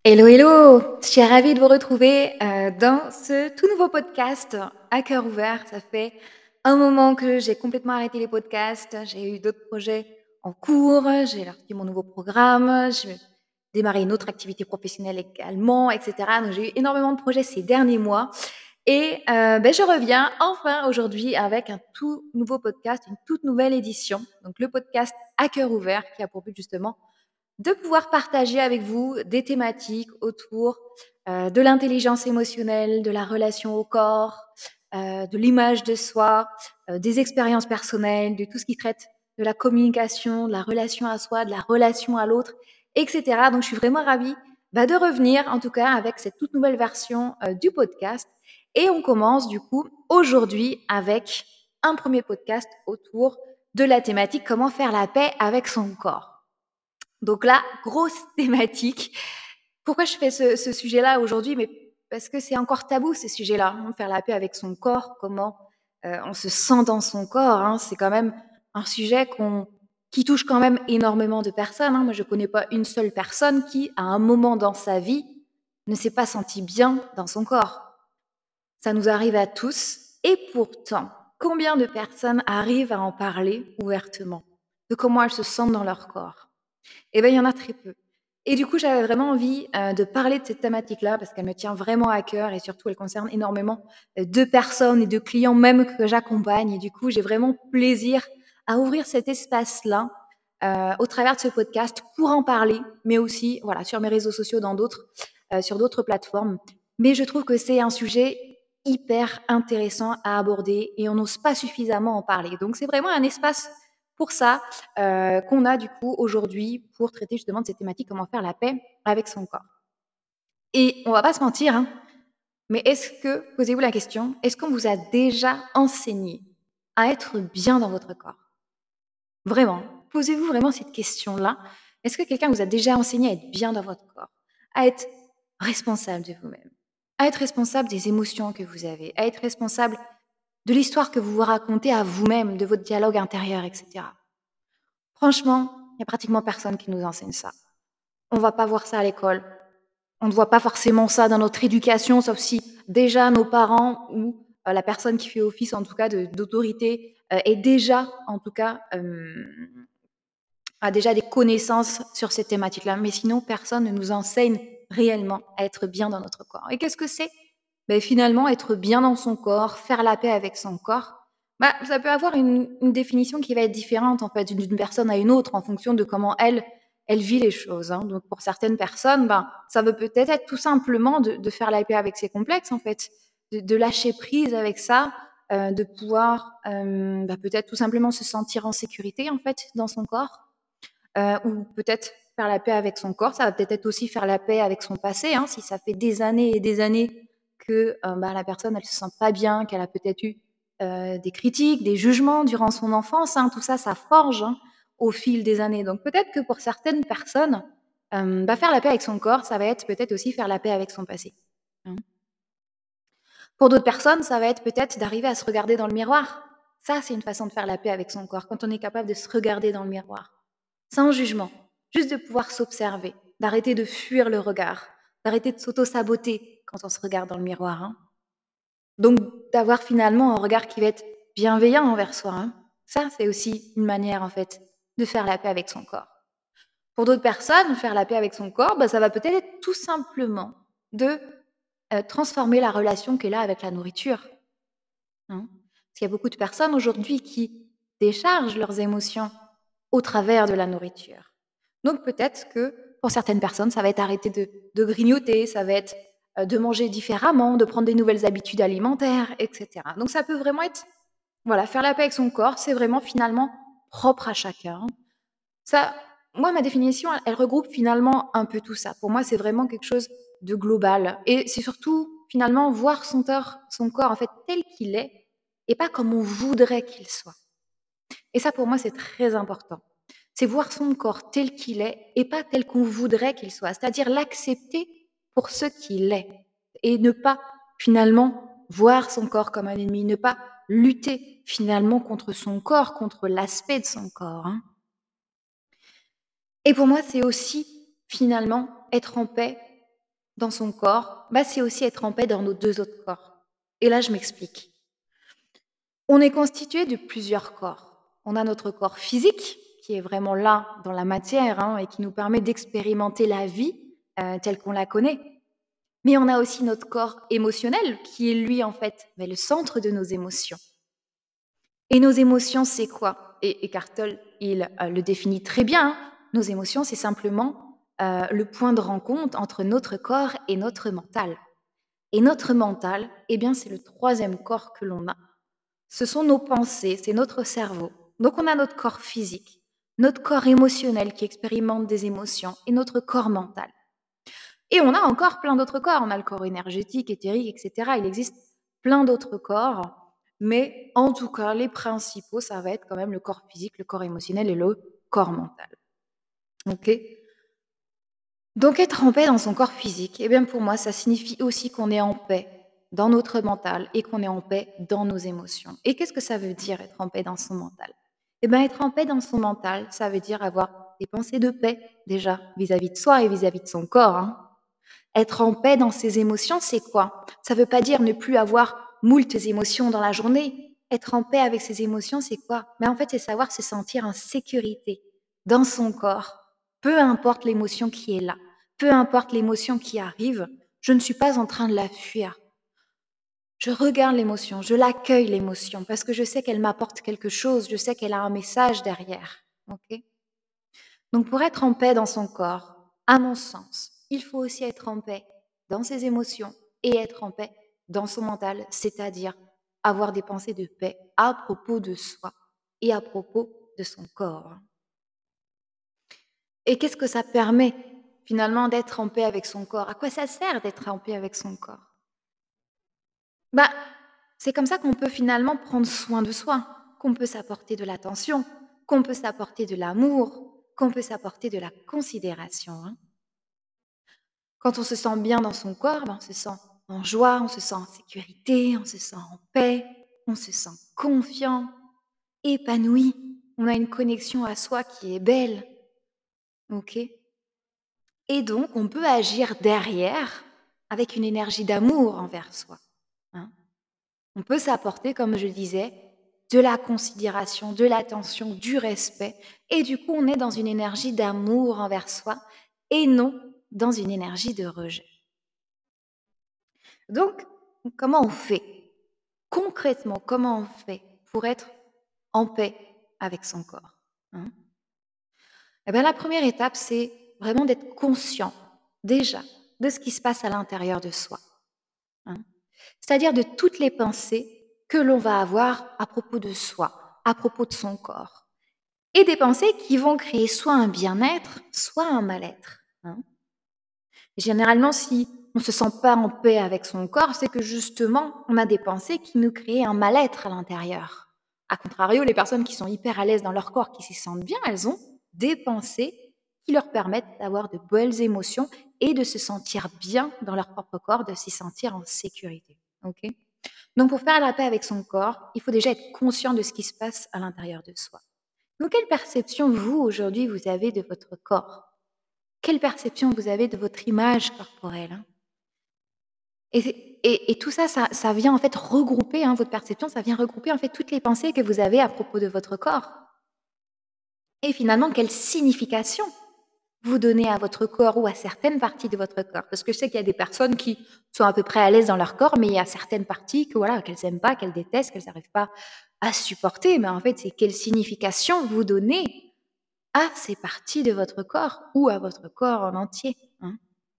Hello, hello! Je suis ravie de vous retrouver, dans ce tout nouveau podcast à cœur ouvert. Ça fait un moment que j'ai complètement arrêté les podcasts. J'ai eu d'autres projets en cours, j'ai lancé mon nouveau programme, j'ai démarré une autre activité professionnelle également et cetera. Donc j'ai eu énormément de projets ces derniers mois et je reviens enfin aujourd'hui avec un tout nouveau podcast, une toute nouvelle édition. Donc le podcast à cœur ouvert qui a pour but justement de pouvoir partager avec vous des thématiques autour, de l'intelligence émotionnelle, de la relation au corps, de l'image de soi, des expériences personnelles, de tout ce qui traite de la communication, de la relation à soi, de la relation à l'autre et cetera. Donc je suis vraiment ravie, de revenir en tout cas avec cette toute nouvelle version, du podcast et on commence du coup aujourd'hui avec un premier podcast autour de la thématique: comment faire la paix avec son corps. Donc là, grosse thématique. Pourquoi je fais ce sujet-là aujourd'hui? Mais parce que c'est encore tabou ces sujets-là, hein, faire la paix avec son corps, comment, on se sent dans son corps, hein. C'est quand même un sujet qui touche quand même énormément de personnes, hein. Moi, je connais pas une seule personne qui, à un moment dans sa vie, ne s'est pas sentie bien dans son corps. Ça nous arrive à tous et pourtant, combien de personnes arrivent à en parler ouvertement? De comment elles se sentent dans leur corps? Eh ben, il y en a très peu. Et du coup, j'avais vraiment envie, de parler de cette thématique-là parce qu'elle me tient vraiment à cœur et surtout elle concerne énormément, de personnes et de clients même que j'accompagne et du coup, j'ai vraiment plaisir à ouvrir cet espace-là, au travers de ce podcast pour en parler, mais aussi, voilà, sur mes réseaux sociaux, sur d'autres plateformes. Mais je trouve que c'est un sujet hyper intéressant à aborder et on n'ose pas suffisamment en parler. Donc c'est vraiment un espace pour ça, qu'on a du coup aujourd'hui pour traiter justement de cette thématique, comment faire la paix avec son corps. Et on va pas se mentir, hein, mais est-ce que posez-vous la question, est-ce qu'on vous a déjà enseigné à être bien dans votre corps? Vraiment, posez-vous vraiment cette question-là. Est-ce que quelqu'un vous a déjà enseigné à être bien dans votre corps? À être responsable de vous-même, à être responsable des émotions que vous avez, à être responsable de l'histoire que vous vous racontez à vous-même, de votre dialogue intérieur et cetera? Franchement, il y a pratiquement personne qui nous enseigne ça. On va pas voir ça à l'école. On ne voit pas forcément ça dans notre éducation, sauf si déjà nos parents ou, la personne qui fait office en tout cas de d'autorité, est déjà en tout cas, a déjà des connaissances sur ces thématiques-là. Mais sinon, personne ne nous enseigne réellement à être bien dans notre corps. Et qu'est-ce que c'est? Beh, finalement, être bien dans son corps, faire la paix avec son corps, ça peut avoir une définition qui va être différente, en fait, d'une personne à une autre, en fonction de comment elle vit les choses, hein. Donc pour certaines personnes, ça veut peut-être être tout simplement de faire la paix avec ses complexes, en fait, de lâcher prise avec ça, de pouvoir, peut-être tout simplement se sentir en sécurité, en fait, dans son corps. Ou peut-être faire la paix avec son corps, ça va peut-être être aussi faire la paix avec son passé, hein. Si ça fait des années et des années que, la personne elle se sent pas bien, qu'elle a peut-être eu, des critiques, des jugements durant son enfance, hein, tout ça, ça forge, hein, au fil des années. Donc peut-être que pour certaines personnes, faire la paix avec son corps, ça va être peut-être aussi faire la paix avec son passé, hein. Pour d'autres personnes, ça va être peut-être d'arriver à se regarder dans le miroir. Ça, c'est une façon de faire la paix avec son corps, quand on est capable de se regarder dans le miroir. Sans jugement, juste de pouvoir s'observer, d'arrêter de fuir le regard, d'arrêter de s'auto-saboter quand on se regarde dans le miroir, hein. Donc d'avoir finalement un regard qui va être bienveillant envers soi, hein. Ça, c'est aussi une manière, en fait, de faire la paix avec son corps. Pour d'autres personnes, faire la paix avec son corps, ça va peut-être être tout simplement de, transformer la relation qu'elle a avec la nourriture, hein. Parce qu'il y a beaucoup de personnes aujourd'hui qui déchargent leurs émotions au travers de la nourriture. Donc peut-être que pour certaines personnes, ça va être arrêter de grignoter, ça va être, de manger différemment, de prendre des nouvelles habitudes alimentaires et cetera. Donc ça peut vraiment être voilà, faire la paix avec son corps, c'est vraiment finalement propre à chacun. Ça moi, ma définition, elle regroupe finalement un peu tout ça. Pour moi, c'est vraiment quelque chose de global et c'est surtout finalement voir son corps en fait tel qu'il est et pas comme on voudrait qu'il soit. Et ça, pour moi, c'est très important. C'est voir son corps tel qu'il est et pas tel qu'on voudrait qu'il soit. C'est-à-dire l'accepter pour ce qu'il est et ne pas finalement voir son corps comme un ennemi, ne pas lutter finalement contre son corps, contre l'aspect de son corps, hein. Et pour moi, c'est aussi finalement être en paix. dans son corps, c'est aussi être en paix dans nos 2 autres corps. Et là, je m'explique. On est constitué de plusieurs corps. On a notre corps physique, qui est vraiment là, dans la matière, et qui nous permet d'expérimenter la vie, telle qu'on la connaît. Mais on a aussi notre corps émotionnel, qui est lui, en fait, le centre de nos émotions. Et nos émotions, c'est quoi? Et Eckhart Tolle, il le définit très bien, hein. Nos émotions, c'est simplement le point de rencontre entre notre corps et notre mental. Et notre mental, c'est le troisième corps que l'on a. Ce sont nos pensées, c'est notre cerveau. Donc on a notre corps physique, notre corps émotionnel qui expérimente des émotions et notre corps mental. Et on a encore plein d'autres corps. On a le corps énergétique, éthérique, etc. Il existe plein d'autres corps. Mais en tout cas, les principaux, ça va être quand même le corps physique, le corps émotionnel et le corps mental. Ok. Donc être en paix dans son corps physique, pour moi, ça signifie aussi qu'on est en paix dans notre mental et qu'on est en paix dans nos émotions. Et qu'est-ce que ça veut dire être en paix dans son mental? Être en paix dans son mental, ça veut dire avoir des pensées de paix déjà vis-à-vis de soi et vis-à-vis de son corps, hein. Être en paix dans ses émotions, c'est quoi? Ça ne veut pas dire ne plus avoir moultes émotions dans la journée. Être en paix avec ses émotions, c'est quoi? Mais en fait, c'est savoir se sentir en sécurité dans son corps, peu importe l'émotion qui est là, peu importe l'émotion qui arrive, je ne suis pas en train de la fuir. Je regarde l'émotion, je l'accueille l'émotion parce que je sais qu'elle m'apporte quelque chose, je sais qu'elle a un message derrière. Ok. Donc pour être en paix dans son corps, à mon sens, il faut aussi être en paix dans ses émotions et être en paix dans son mental, c'est-à-dire avoir des pensées de paix à propos de soi et à propos de son corps. Et qu'est-ce que ça permet finalement d'être en paix avec son corps? À quoi ça sert d'être en paix avec son corps? Bah, c'est comme ça qu'on peut finalement prendre soin de soi, qu'on peut s'apporter de l'attention, qu'on peut s'apporter de l'amour, qu'on peut s'apporter de la considération, hein. Quand on se sent bien dans son corps, on se sent en joie, on se sent en sécurité, on se sent en paix, on se sent confiant, épanoui. On a une connexion à soi qui est belle, ok? Et donc, on peut agir derrière avec une énergie d'amour envers soi, hein. On peut s'apporter, comme je disais, de la considération, de l'attention, du respect. Et du coup, on est dans une énergie d'amour envers soi et non dans une énergie de rejet. Donc, comment on fait? Concrètement, comment on fait pour être en paix avec son corps, hein? La première étape, c'est vraiment d'être conscient, déjà, de ce qui se passe à l'intérieur de soi, hein. C'est-à-dire de toutes les pensées que l'on va avoir à propos de soi, à propos de son corps. Et des pensées qui vont créer soit un bien-être, soit un mal-être, hein. Généralement, si on ne se sent pas en paix avec son corps, c'est que justement, on a des pensées qui nous créent un mal-être à l'intérieur. A contrario, les personnes qui sont hyper à l'aise dans leur corps, qui s'y sentent bien, elles ont des pensées qui leur permettent d'avoir de belles émotions et de se sentir bien dans leur propre corps, de s'y sentir en sécurité. Ok. Donc, pour faire la paix avec son corps, il faut déjà être conscient de ce qui se passe à l'intérieur de soi. Donc, quelle perception, vous, aujourd'hui, vous avez de votre corps? Quelle perception vous avez de votre image corporelle, hein? Et tout ça, ça vient en fait regrouper, hein, votre perception, ça vient regrouper en fait toutes les pensées que vous avez à propos de votre corps. Et finalement, quelle signification vous donnez à votre corps ou à certaines parties de votre corps? Parce que je sais qu'il y a des personnes qui sont à peu près à l'aise dans leur corps, mais il y a certaines parties que voilà, qu'elles n'aiment pas, qu'elles détestent, qu'elles n'arrivent pas à supporter. Mais en fait, c'est quelle signification vous donnez à ces parties de votre corps ou à votre corps en entier, hein?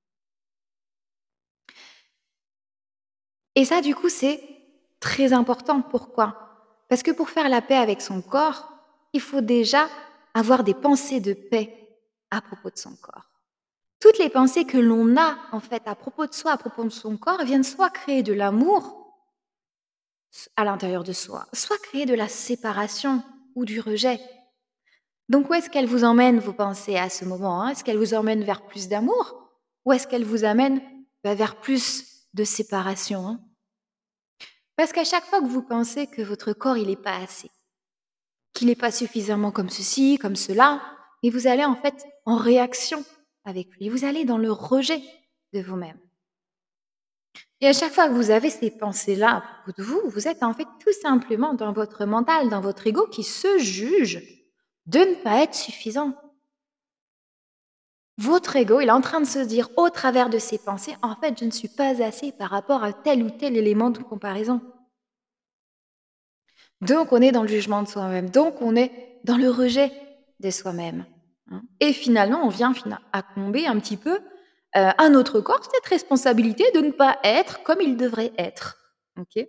Et ça, du coup, c'est très important. Pourquoi? Parce que pour faire la paix avec son corps, il faut déjà avoir des pensées de paix à propos de son corps. Toutes les pensées que l'on a, en fait, à propos de soi, à propos de son corps, viennent soit créer de l'amour à l'intérieur de soi, soit créer de la séparation ou du rejet. Donc, où est-ce qu'elles vous emmènent, vos pensées, à ce moment, hein? Est-ce qu'elles vous emmènent vers plus d'amour ou est-ce qu'elles vous amènent vers plus de séparation, hein? Parce qu'à chaque fois que vous pensez que votre corps, il n'est pas assez, qu'il n'est pas suffisamment comme ceci, comme cela, et vous allez en fait en réaction avec lui. Vous allez dans le rejet de vous-même. Et à chaque fois que vous avez ces pensées-là à propos de vous, vous êtes en fait tout simplement dans votre mental, dans votre ego qui se juge de ne pas être suffisant. Votre ego, il est en train de se dire au travers de ses pensées, en fait, je ne suis pas assez par rapport à tel ou tel élément de comparaison. Donc, on est dans le jugement de soi-même. Donc, on est dans le rejet de soi-même. Hein. Et finalement, on vient accomber un petit peu à notre corps cette responsabilité de ne pas être comme il devrait être. Ok.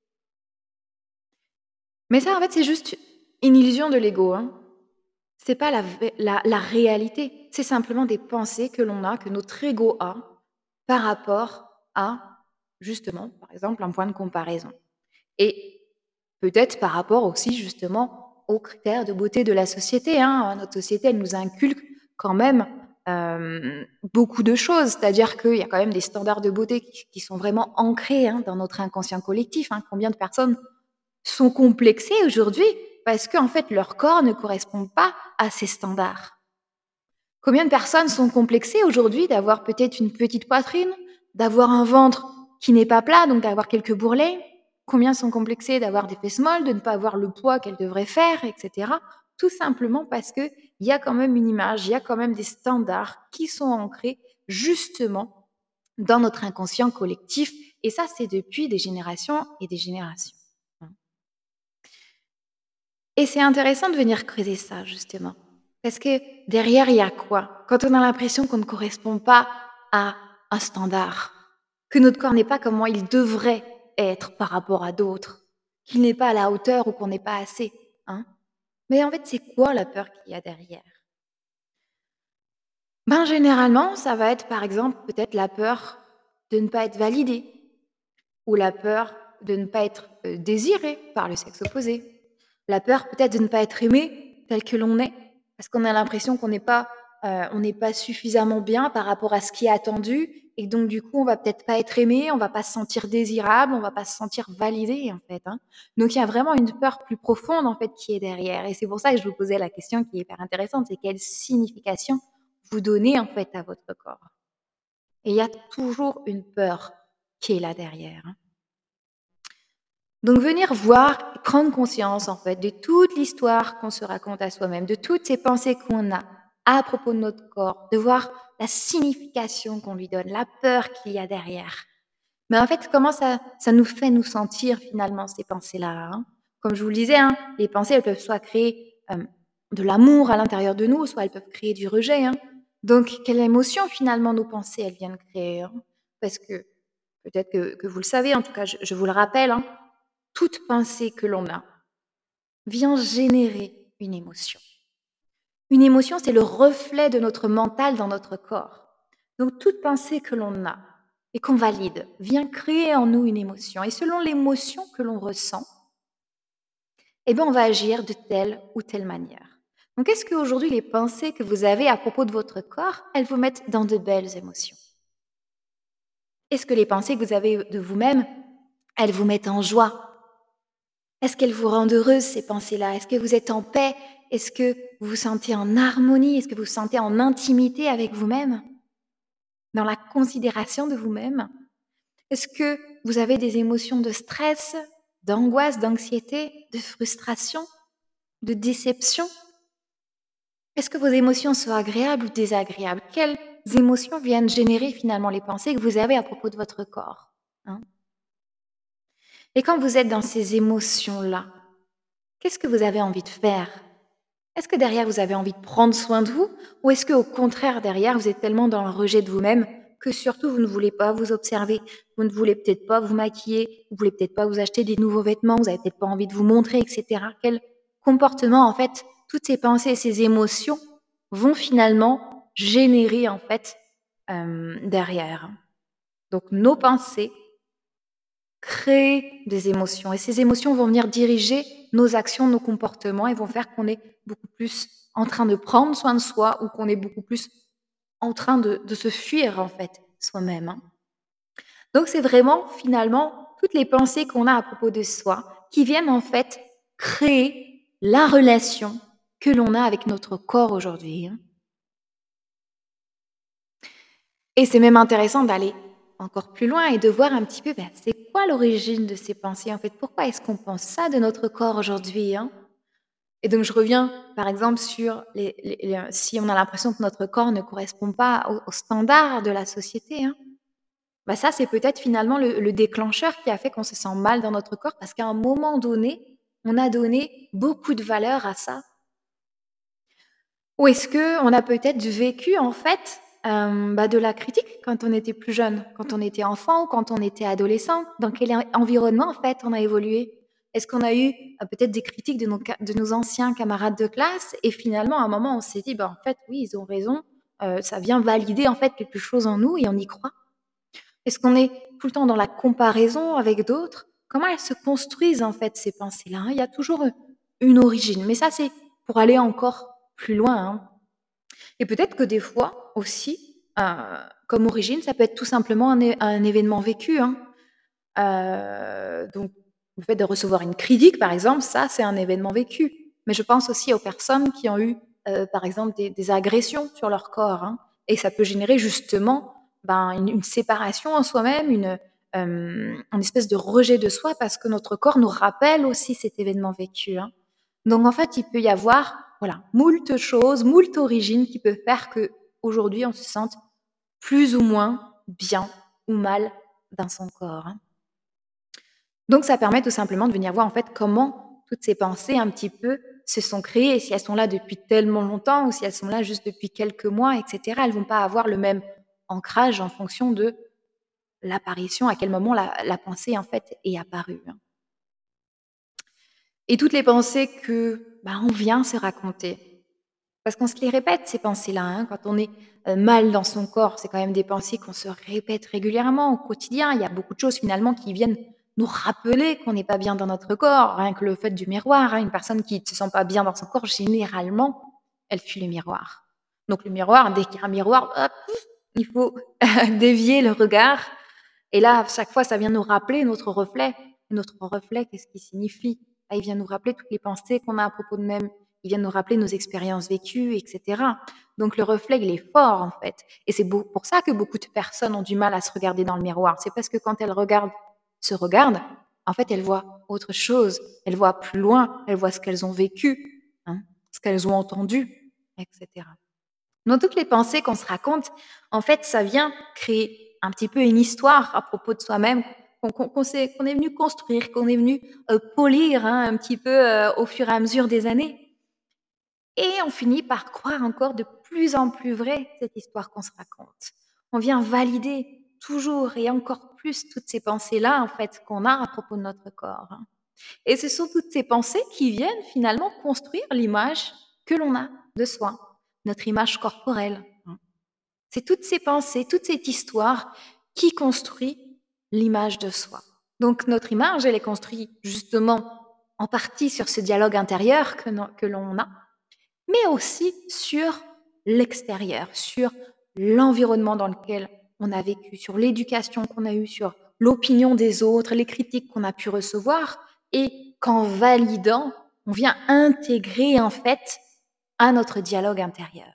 Mais ça, en fait, c'est juste une illusion de l'ego. Hein. C'est pas la réalité. C'est simplement des pensées que l'on a, que notre ego a, par rapport à, justement, par exemple, un point de comparaison. Et peut-être par rapport aussi, justement, aux critères de beauté de la société. Hein. Notre société, elle nous inculque quand même beaucoup de choses. C'est-à-dire qu'il y a quand même des standards de beauté qui sont vraiment ancrés dans notre inconscient collectif. Hein. Combien de personnes sont complexés aujourd'hui parce qu'en fait, leur corps ne correspond pas à ces standards. Combien de personnes sont complexées aujourd'hui d'avoir peut-être une petite poitrine, d'avoir un ventre qui n'est pas plat, donc d'avoir quelques bourrelets? Combien sont complexées d'avoir des fesses molles, de ne pas avoir le poids qu'elles devraient faire, etc. Tout simplement parce qu'il y a quand même une image, il y a quand même des standards qui sont ancrés justement dans notre inconscient collectif. Et ça, c'est depuis des générations et des générations. Et c'est intéressant de venir creuser ça, justement. Parce que derrière, il y a quoi? Quand on a l'impression qu'on ne correspond pas à un standard, que notre corps n'est pas comme il devrait être par rapport à d'autres, qu'il n'est pas à la hauteur ou qu'on n'est pas assez. Hein. Mais en fait, c'est quoi la peur qu'il y a derrière? Ben, généralement, ça va être par exemple peut-être la peur de ne pas être validé ou la peur de ne pas être désiré par le sexe opposé. La peur peut-être de ne pas être aimé tel que l'on est, parce qu'on a l'impression on n'est pas suffisamment bien par rapport à ce qui est attendu, et donc du coup, on va peut-être pas être aimé, on va pas se sentir désirable, on va pas se sentir validé en fait. Hein. Donc il y a vraiment une peur plus profonde en fait qui est derrière, et c'est pour ça que je vous posais la question qui est hyper intéressante, c'est quelle signification vous donnez en fait à votre corps. Et il y a toujours une peur qui est là derrière. Hein. Donc venir voir et prendre conscience en fait de toute l'histoire qu'on se raconte à soi-même, de toutes ces pensées qu'on a à propos de notre corps, de voir la signification qu'on lui donne, la peur qu'il y a derrière. Mais en fait, comment ça nous fait nous sentir finalement ces pensées-là. Hein. Comme je vous le disais, les pensées, elles peuvent soit créer de l'amour à l'intérieur de nous, soit elles peuvent créer du rejet. Hein. Donc, quelle émotion finalement nos pensées, elles viennent créer. Hein. Parce que peut-être que vous le savez, en tout cas, je vous le rappelle, toute pensée que l'on a vient générer une émotion. Une émotion, c'est le reflet de notre mental dans notre corps. Donc toute pensée que l'on a et qu'on valide vient créer en nous une émotion. Et selon l'émotion que l'on ressent, on va agir de telle ou telle manière. Donc est-ce qu'aujourd'hui, les pensées que vous avez à propos de votre corps, elles vous mettent dans de belles émotions? Est-ce que les pensées que vous avez de vous-même, elles vous mettent en joie? Est-ce qu'elles vous rendent heureuse, ces pensées-là? Est-ce que vous êtes en paix? Est-ce que vous vous sentez en harmonie? Est-ce que vous vous sentez en intimité avec vous-même? Dans la considération de vous-même? Est-ce que vous avez des émotions de stress, d'angoisse, d'anxiété, de frustration, de déception? Est-ce que vos émotions sont agréables ou désagréables? Quelles émotions viennent générer finalement les pensées que vous avez à propos de votre corps? Hein. Et quand vous êtes dans ces émotions-là, qu'est-ce que vous avez envie de faire? Est-ce que derrière, vous avez envie de prendre soin de vous? Ou est-ce qu'au contraire, derrière, vous êtes tellement dans le rejet de vous-même que surtout, vous ne voulez pas vous observer? Vous ne voulez peut-être pas vous maquiller, vous voulez peut-être pas vous acheter des nouveaux vêtements, vous avez peut-être pas envie de vous montrer, etc. Quel comportement, en fait, toutes ces pensées et ces émotions vont finalement générer, en fait, derrière. Donc, nos pensées créer des émotions. Et ces émotions vont venir diriger nos actions, nos comportements et vont faire qu'on est beaucoup plus en train de prendre soin de soi ou qu'on est beaucoup plus en train de se fuir en fait soi-même. Hein. Donc c'est vraiment finalement toutes les pensées qu'on a à propos de soi qui viennent en fait créer la relation que l'on a avec notre corps aujourd'hui. Hein. Et c'est même intéressant d'aller encore plus loin et de voir un petit peu, c'est quoi l'origine de ces pensées, en fait? Pourquoi est-ce qu'on pense ça de notre corps aujourd'hui, hein? Et donc je reviens, par exemple, sur si on a l'impression que notre corps ne correspond pas aux standards de la société, hein, ça, c'est peut-être finalement le déclencheur qui a fait qu'on se sent mal dans notre corps parce qu'à un moment donné, on a donné beaucoup de valeur à ça. Ou est-ce qu'on a peut-être vécu en fait, de la critique quand on était plus jeune, quand on était enfant ou quand on était adolescent? Dans quel environnement en fait on a évolué? Est-ce qu'on a eu, peut-être des critiques de nos anciens camarades de classe et finalement à un moment on s'est dit: «Bah, en fait oui, ils ont raison, ça vient valider en fait quelque chose en nous et on y croit». Est-ce qu'on est tout le temps dans la comparaison avec d'autres? Comment elles se construisent en fait ces pensées-là, hein? Il y a toujours, une origine, mais ça c'est pour aller encore plus loin, hein. Et peut-être que des fois aussi, comme origine, ça peut être tout simplement un événement vécu, hein. Donc le fait de recevoir une critique, par exemple, ça, c'est un événement vécu. Mais je pense aussi aux personnes qui ont eu, par exemple, des agressions sur leur corps, hein, et ça peut générer justement, une séparation en soi-même, une espèce de rejet de soi parce que notre corps nous rappelle aussi cet événement vécu, hein. Donc en fait, il peut y avoir, voilà, moult choses, moult origines qui peuvent faire qu'aujourd'hui on se sente plus ou moins bien ou mal dans son corps, hein. Donc ça permet tout simplement de venir voir en fait comment toutes ces pensées un petit peu se sont créées, et si elles sont là depuis tellement longtemps ou si elles sont là juste depuis quelques mois et cetera. Elles vont pas avoir le même ancrage en fonction de l'apparition, à quel moment la pensée en fait est apparue, hein. Et toutes les pensées que, on vient se raconter, parce qu'on se les répète ces pensées-là, hein, quand on est, mal dans son corps, c'est quand même des pensées qu'on se répète régulièrement au quotidien. Il y a beaucoup de choses finalement qui viennent nous rappeler qu'on n'est pas bien dans notre corps, rien que le fait du miroir, hein. Une personne qui ne se sent pas bien dans son corps, généralement, elle fuit le miroir. Donc le miroir, dès qu'il y a un miroir, hop, il faut dévier le regard et là, à chaque fois, ça vient nous rappeler notre reflet. Et notre reflet, qu'est-ce qu'il signifie? Il vient nous rappeler toutes les pensées qu'on a à propos de nous-mêmes. Il vient nous rappeler nos expériences vécues, et cetera. Donc le reflet, il est fort, en fait. Et c'est pour ça que beaucoup de personnes ont du mal à se regarder dans le miroir. C'est parce que quand elles se regardent, en fait, elles voient autre chose. Elles voient plus loin. Elles voient ce qu'elles ont vécu, hein, ce qu'elles ont entendu, et cetera. Donc toutes les pensées qu'on se raconte, en fait, ça vient créer un petit peu une histoire à propos de soi-même qu'on est venu construire, qu'on est venu, polir, hein, un petit peu, au fur et à mesure des années, et on finit par croire encore de plus en plus vrai cette histoire qu'on se raconte. On vient valider toujours et encore plus toutes ces pensées-là, en fait, qu'on a à propos de notre corps, hein, et ce sont toutes ces pensées qui viennent finalement construire l'image que l'on a de soi, notre image corporelle, hein. C'est toutes ces pensées, toute cette histoire qui construit l'image de soi. Donc notre image, elle est construite justement en partie sur ce dialogue intérieur que l'on a, mais aussi sur l'extérieur, sur l'environnement dans lequel on a vécu, sur l'éducation qu'on a eue, sur l'opinion des autres, les critiques qu'on a pu recevoir, et qu'en validant, on vient intégrer en fait à notre dialogue intérieur.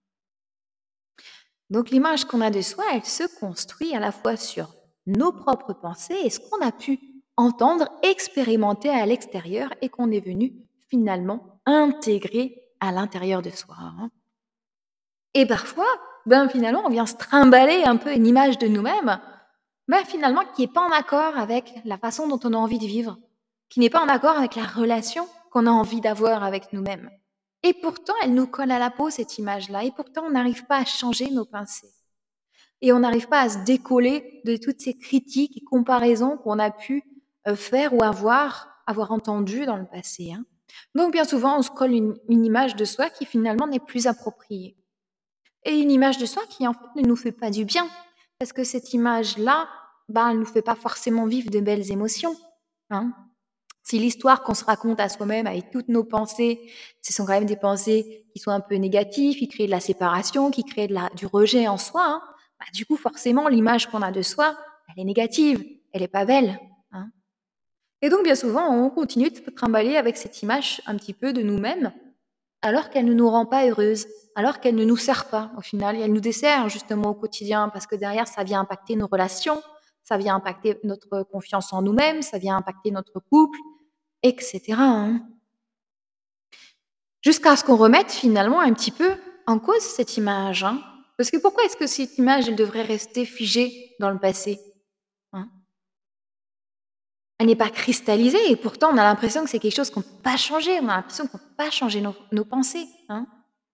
Donc l'image qu'on a de soi, elle se construit à la fois sur nos propres pensées et ce qu'on a pu entendre, expérimenter à l'extérieur et qu'on est venu finalement intégrer à l'intérieur de soi, hein. Et parfois, finalement, on vient se trimballer un peu une image de nous-mêmes, finalement, qui n'est pas en accord avec la façon dont on a envie de vivre, qui n'est pas en accord avec la relation qu'on a envie d'avoir avec nous-mêmes. Et pourtant, elle nous colle à la peau, cette image-là, et pourtant, on n'arrive pas à changer nos pensées. Et on n'arrive pas à se décoller de toutes ces critiques et comparaisons qu'on a pu, faire ou avoir entendues dans le passé, hein. Donc bien souvent, on se colle une image de soi qui finalement n'est plus appropriée. Et une image de soi qui, en fait, ne nous fait pas du bien. Parce que cette image-là, elle nous fait pas forcément vivre de belles émotions, hein. Si l'histoire qu'on se raconte à soi-même avec toutes nos pensées, ce sont quand même des pensées qui sont un peu négatives, qui créent de la séparation, qui créent du rejet en soi, hein, du coup, forcément, l'image qu'on a de soi, elle est négative, elle est pas belle, hein. Et donc bien souvent, on continue de se trimballer avec cette image un petit peu de nous-mêmes, alors qu'elle ne nous rend pas heureuses, alors qu'elle ne nous sert pas au final et elle nous dessert justement au quotidien parce que derrière ça vient impacter nos relations, ça vient impacter notre confiance en nous-mêmes, ça vient impacter notre couple et cetera, hein. Jusqu'à ce qu'on remette finalement un petit peu en cause cette image, hein. Parce que pourquoi est-ce que cette image, elle devrait rester figée dans le passé, hein? Elle n'est pas cristallisée et pourtant on a l'impression que c'est quelque chose qu'on ne peut pas changer, on a l'impression qu'on ne peut pas changer nos pensées, hein.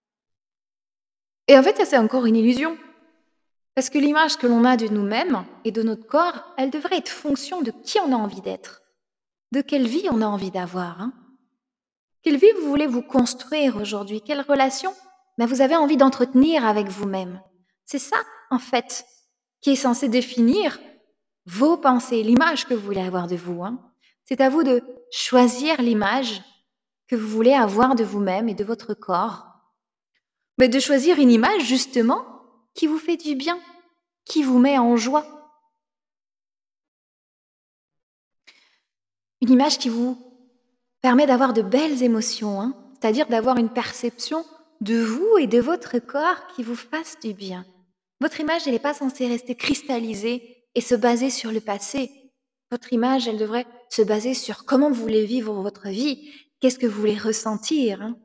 Et en fait, ça, c'est encore une illusion. Parce que l'image que l'on a de nous-mêmes et de notre corps, elle devrait être fonction de qui on a envie d'être, de quelle vie on a envie d'avoir, hein. Quelle vie vous voulez vous construire aujourd'hui? Quelle relation, vous avez envie d'entretenir avec vous-même? C'est ça, en fait, qui est censé définir vos pensées, l'image que vous voulez avoir de vous, hein. C'est à vous de choisir l'image que vous voulez avoir de vous-même et de votre corps, mais de choisir une image justement qui vous fait du bien, qui vous met en joie. Une image qui vous permet d'avoir de belles émotions, hein, c'est-à-dire d'avoir une perception de vous et de votre corps qui vous fasse du bien. Votre image, elle n'est pas censée rester cristallisée et se baser sur le passé. Votre image, elle devrait se baser sur comment vous voulez vivre votre vie, qu'est-ce que vous voulez ressentir, hein.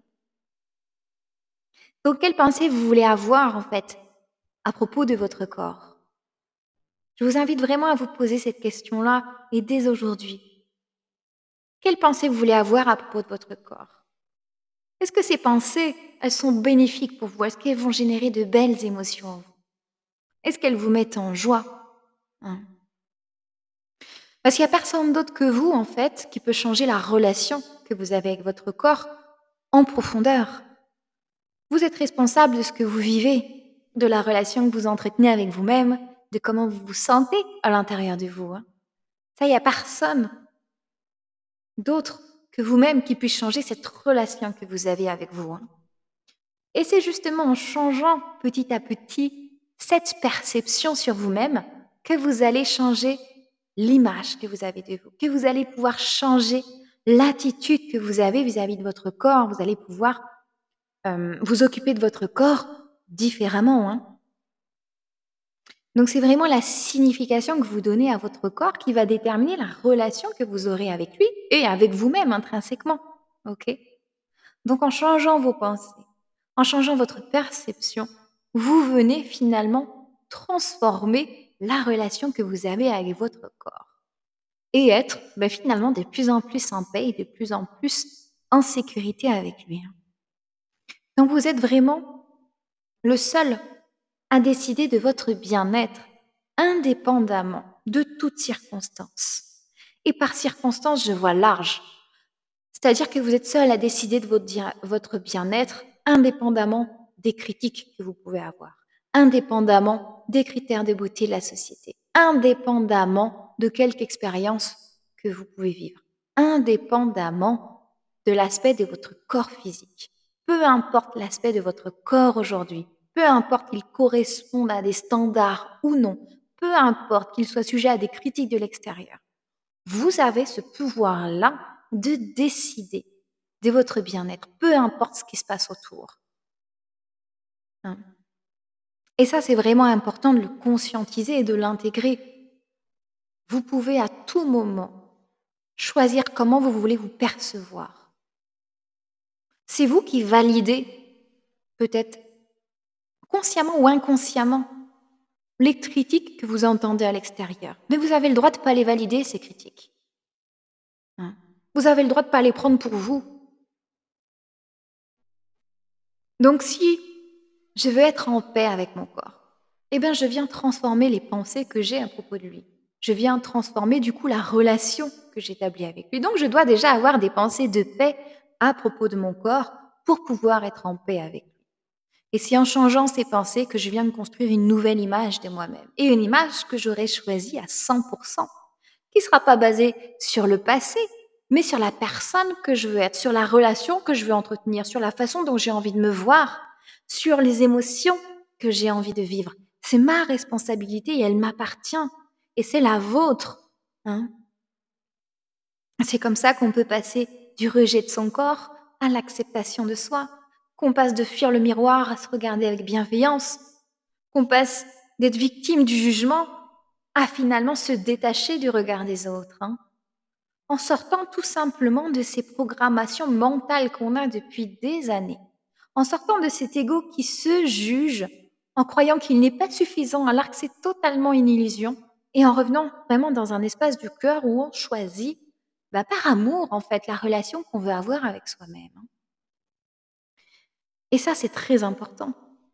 Donc, quelle pensée vous voulez avoir, en fait, à propos de votre corps? Je vous invite vraiment à vous poser cette question-là et dès aujourd'hui. Quelle pensée vous voulez avoir à propos de votre corps? Est-ce que ces pensées, elles sont bénéfiques pour vous? Est-ce qu'elles vont générer de belles émotions en vous? Est-ce qu'elles vous mettent en joie, hein? Parce qu'il y a personne d'autre que vous, en fait, qui peut changer la relation que vous avez avec votre corps en profondeur. Vous êtes responsable de ce que vous vivez, de la relation que vous entretenez avec vous-même, de comment vous vous sentez à l'intérieur de vous, hein. Ça, il y a personne d'autre que vous-même qui puisse changer cette relation que vous avez avec vous, hein. Et c'est justement en changeant petit à petit cette perception sur vous-même que vous allez changer l'image que vous avez de vous, que vous allez pouvoir changer l'attitude que vous avez vis-à-vis de votre corps. Vous allez pouvoir vous occuper de votre corps différemment, hein. Donc c'est vraiment la signification que vous donnez à votre corps qui va déterminer la relation que vous aurez avec lui et avec vous-même intrinsèquement. Ok. Donc en changeant vos pensées, en changeant votre perception, vous venez finalement transformer la relation que vous avez avec votre corps et être finalement de plus en plus en paix et de plus en plus en sécurité avec lui, hein. Donc vous êtes vraiment le seul à décider de votre bien-être indépendamment de toute circonstance. Et par circonstance, je vois large. C'est-à-dire que vous êtes seul à décider de votre bien-être indépendamment des critiques que vous pouvez avoir, indépendamment des critères de beauté de la société, indépendamment de quelque expérience que vous pouvez vivre, indépendamment de l'aspect de votre corps physique. Peu importe l'aspect de votre corps aujourd'hui, peu importe qu'il corresponde à des standards ou non, peu importe qu'il soit sujet à des critiques de l'extérieur, vous avez ce pouvoir-là de décider de votre bien-être, peu importe ce qui se passe autour, hein. Et ça, c'est vraiment important de le conscientiser et de l'intégrer. Vous pouvez à tout moment choisir comment vous voulez vous percevoir. C'est vous qui validez, peut-être consciemment ou inconsciemment, les critiques que vous entendez à l'extérieur. Mais vous avez le droit de ne pas les valider, ces critiques, hein. Vous avez le droit de ne pas les prendre pour vous. Donc si je veux être en paix avec mon corps, eh bien je viens transformer les pensées que j'ai à propos de lui. Je viens transformer du coup la relation que j'établis avec lui. Donc je dois déjà avoir des pensées de paix à propos de mon corps pour pouvoir être en paix avec lui. Et c'est en changeant ces pensées que je viens de construire une nouvelle image de moi-même. Et une image que j'aurais choisie à 100%, qui ne sera pas basée sur le passé, mais sur la personne que je veux être, sur la relation que je veux entretenir, sur la façon dont j'ai envie de me voir, sur les émotions que j'ai envie de vivre. C'est ma responsabilité et elle m'appartient. Et c'est la vôtre, hein. C'est comme ça qu'on peut passer du rejet de son corps à l'acceptation de soi, qu'on passe de fuir le miroir à se regarder avec bienveillance, qu'on passe d'être victime du jugement à finalement se détacher du regard des autres, hein. En sortant tout simplement de ces programmations mentales qu'on a depuis des années, en sortant de cet ego qui se juge en croyant qu'il n'est pas suffisant alors que c'est totalement une illusion et en revenant vraiment dans un espace du cœur où on choisit, par amour en fait, la relation qu'on veut avoir avec soi-même, hein. Et ça, c'est très important.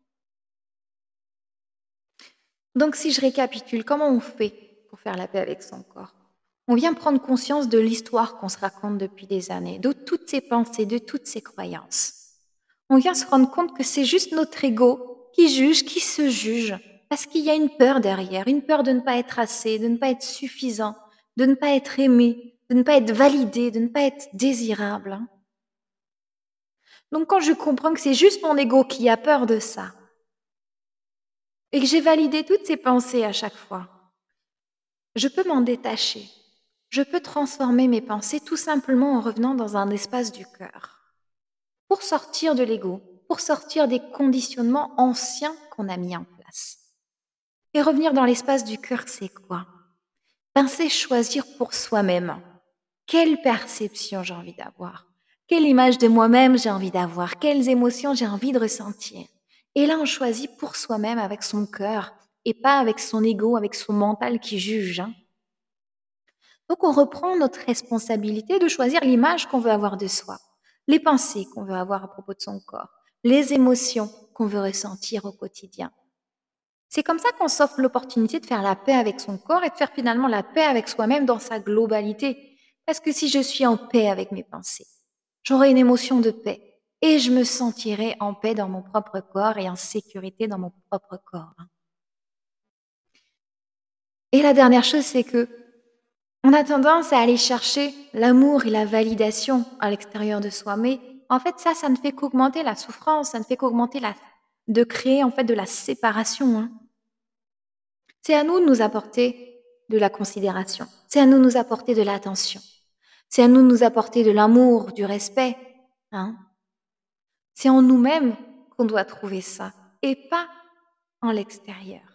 Donc si je récapitule, comment on fait pour faire la paix avec son corps? On vient prendre conscience de l'histoire qu'on se raconte depuis des années, de toutes ces pensées, de toutes ces croyances. On vient se rendre compte que c'est juste notre ego qui juge, qui se juge, parce qu'il y a une peur derrière, une peur de ne pas être assez, de ne pas être suffisant, de ne pas être aimé, de ne pas être validé, de ne pas être désirable, hein. Donc quand je comprends que c'est juste mon ego qui a peur de ça, et que j'ai validé toutes ces pensées à chaque fois, je peux m'en détacher. Je peux transformer mes pensées tout simplement en revenant dans un espace du cœur. Pour sortir de l'ego, pour sortir des conditionnements anciens qu'on a mis en place. Et revenir dans l'espace du cœur, c'est quoi? C'est choisir pour soi-même. Quelle perception j'ai envie d'avoir? Quelle image de moi-même j'ai envie d'avoir? Quelles émotions j'ai envie de ressentir? Et là, on choisit pour soi-même avec son cœur et pas avec son ego, avec son mental qui juge, hein. Donc, on reprend notre responsabilité de choisir l'image qu'on veut avoir de soi, les pensées qu'on veut avoir à propos de son corps, les émotions qu'on veut ressentir au quotidien. C'est comme ça qu'on s'offre l'opportunité de faire la paix avec son corps et de faire finalement la paix avec soi-même dans sa globalité. Parce que si je suis en paix avec mes pensées, j'aurai une émotion de paix et je me sentirai en paix dans mon propre corps et en sécurité dans mon propre corps, hein. Et la dernière chose, c'est que on a tendance à aller chercher l'amour et la validation à l'extérieur de soi, mais en fait ça ne fait qu'augmenter la souffrance, ça ne fait qu'augmenter la de créer en fait de la séparation, hein. C'est à nous de nous apporter de la considération, c'est à nous de nous apporter de l'attention, c'est à nous de nous apporter de l'amour, du respect, hein. C'est en nous-mêmes qu'on doit trouver ça et pas en l'extérieur.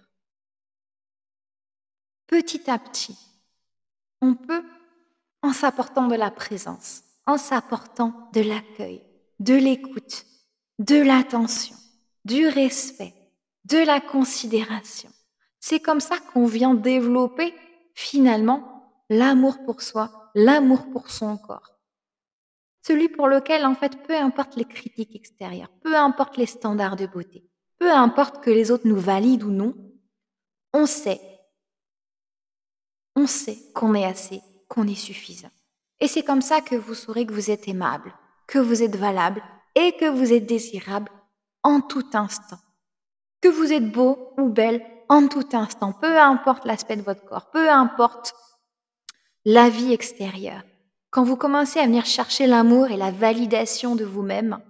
Petit à petit, on peut en s'apportant de la présence, en s'apportant de l'accueil, de l'écoute, de l'attention, du respect, de la considération. C'est comme ça qu'on vient développer finalement l'amour pour soi, l'amour pour son corps. Celui pour lequel, en fait, peu importe les critiques extérieures, peu importe les standards de beauté, peu importe que les autres nous valident ou non, on sait on sait qu'on est assez, qu'on est suffisant. Et c'est comme ça que vous saurez que vous êtes aimable, que vous êtes valable et que vous êtes désirable en tout instant. Que vous êtes beau ou belle en tout instant, peu importe l'aspect de votre corps, peu importe la vie extérieure. Quand vous commencez à venir chercher l'amour et la validation de vous-même,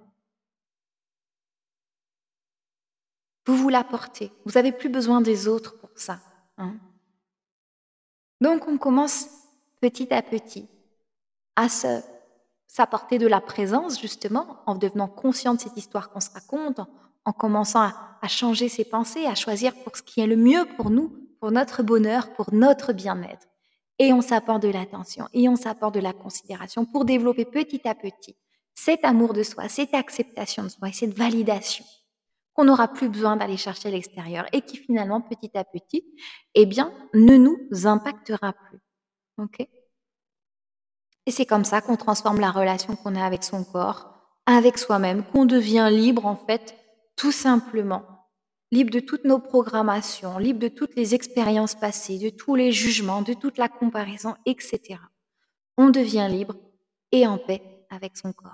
vous vous l'apportez. Vous n'avez plus besoin des autres pour ça, hein. Donc on commence petit à petit à s'apporter de la présence justement, en devenant conscient de cette histoire qu'on se raconte, en commençant à changer ses pensées, à choisir pour ce qui est le mieux pour nous, pour notre bonheur, pour notre bien-être. Et on s'apporte de l'attention et on s'apporte de la considération pour développer petit à petit cet amour de soi, cette acceptation de soi et cette validation qu'on n'aura plus besoin d'aller chercher à l'extérieur et qui finalement, petit à petit, eh bien, ne nous impactera plus. OK? Et c'est comme ça qu'on transforme la relation qu'on a avec son corps, avec soi-même, qu'on devient libre en fait, tout simplement. Libre de toutes nos programmations, libre de toutes les expériences passées, de tous les jugements, de toute la comparaison, etc. On devient libre et en paix avec son corps.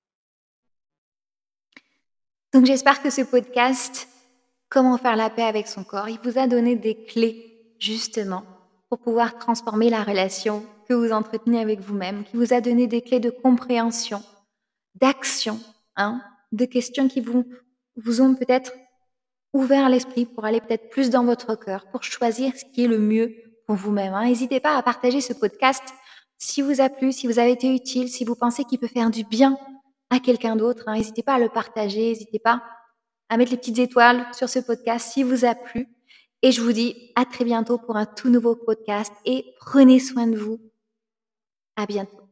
Donc j'espère que ce podcast, Comment faire la paix avec son corps, il vous a donné des clés justement pour pouvoir transformer la relation que vous entretenez avec vous-même, qui vous a donné des clés de compréhension, d'action, hein, de questions qui vous ont peut-être ouvert l'esprit pour aller peut-être plus dans votre cœur, pour choisir ce qui est le mieux pour vous-même, hein. N'hésitez pas à partager ce podcast si vous a plu, si vous avez été utile, si vous pensez qu'il peut faire du bien à quelqu'un d'autre, hein. N'hésitez pas à le partager, n'hésitez pas à mettre les petites étoiles sur ce podcast s'il vous a plu et je vous dis à très bientôt pour un tout nouveau podcast et prenez soin de vous. À bientôt.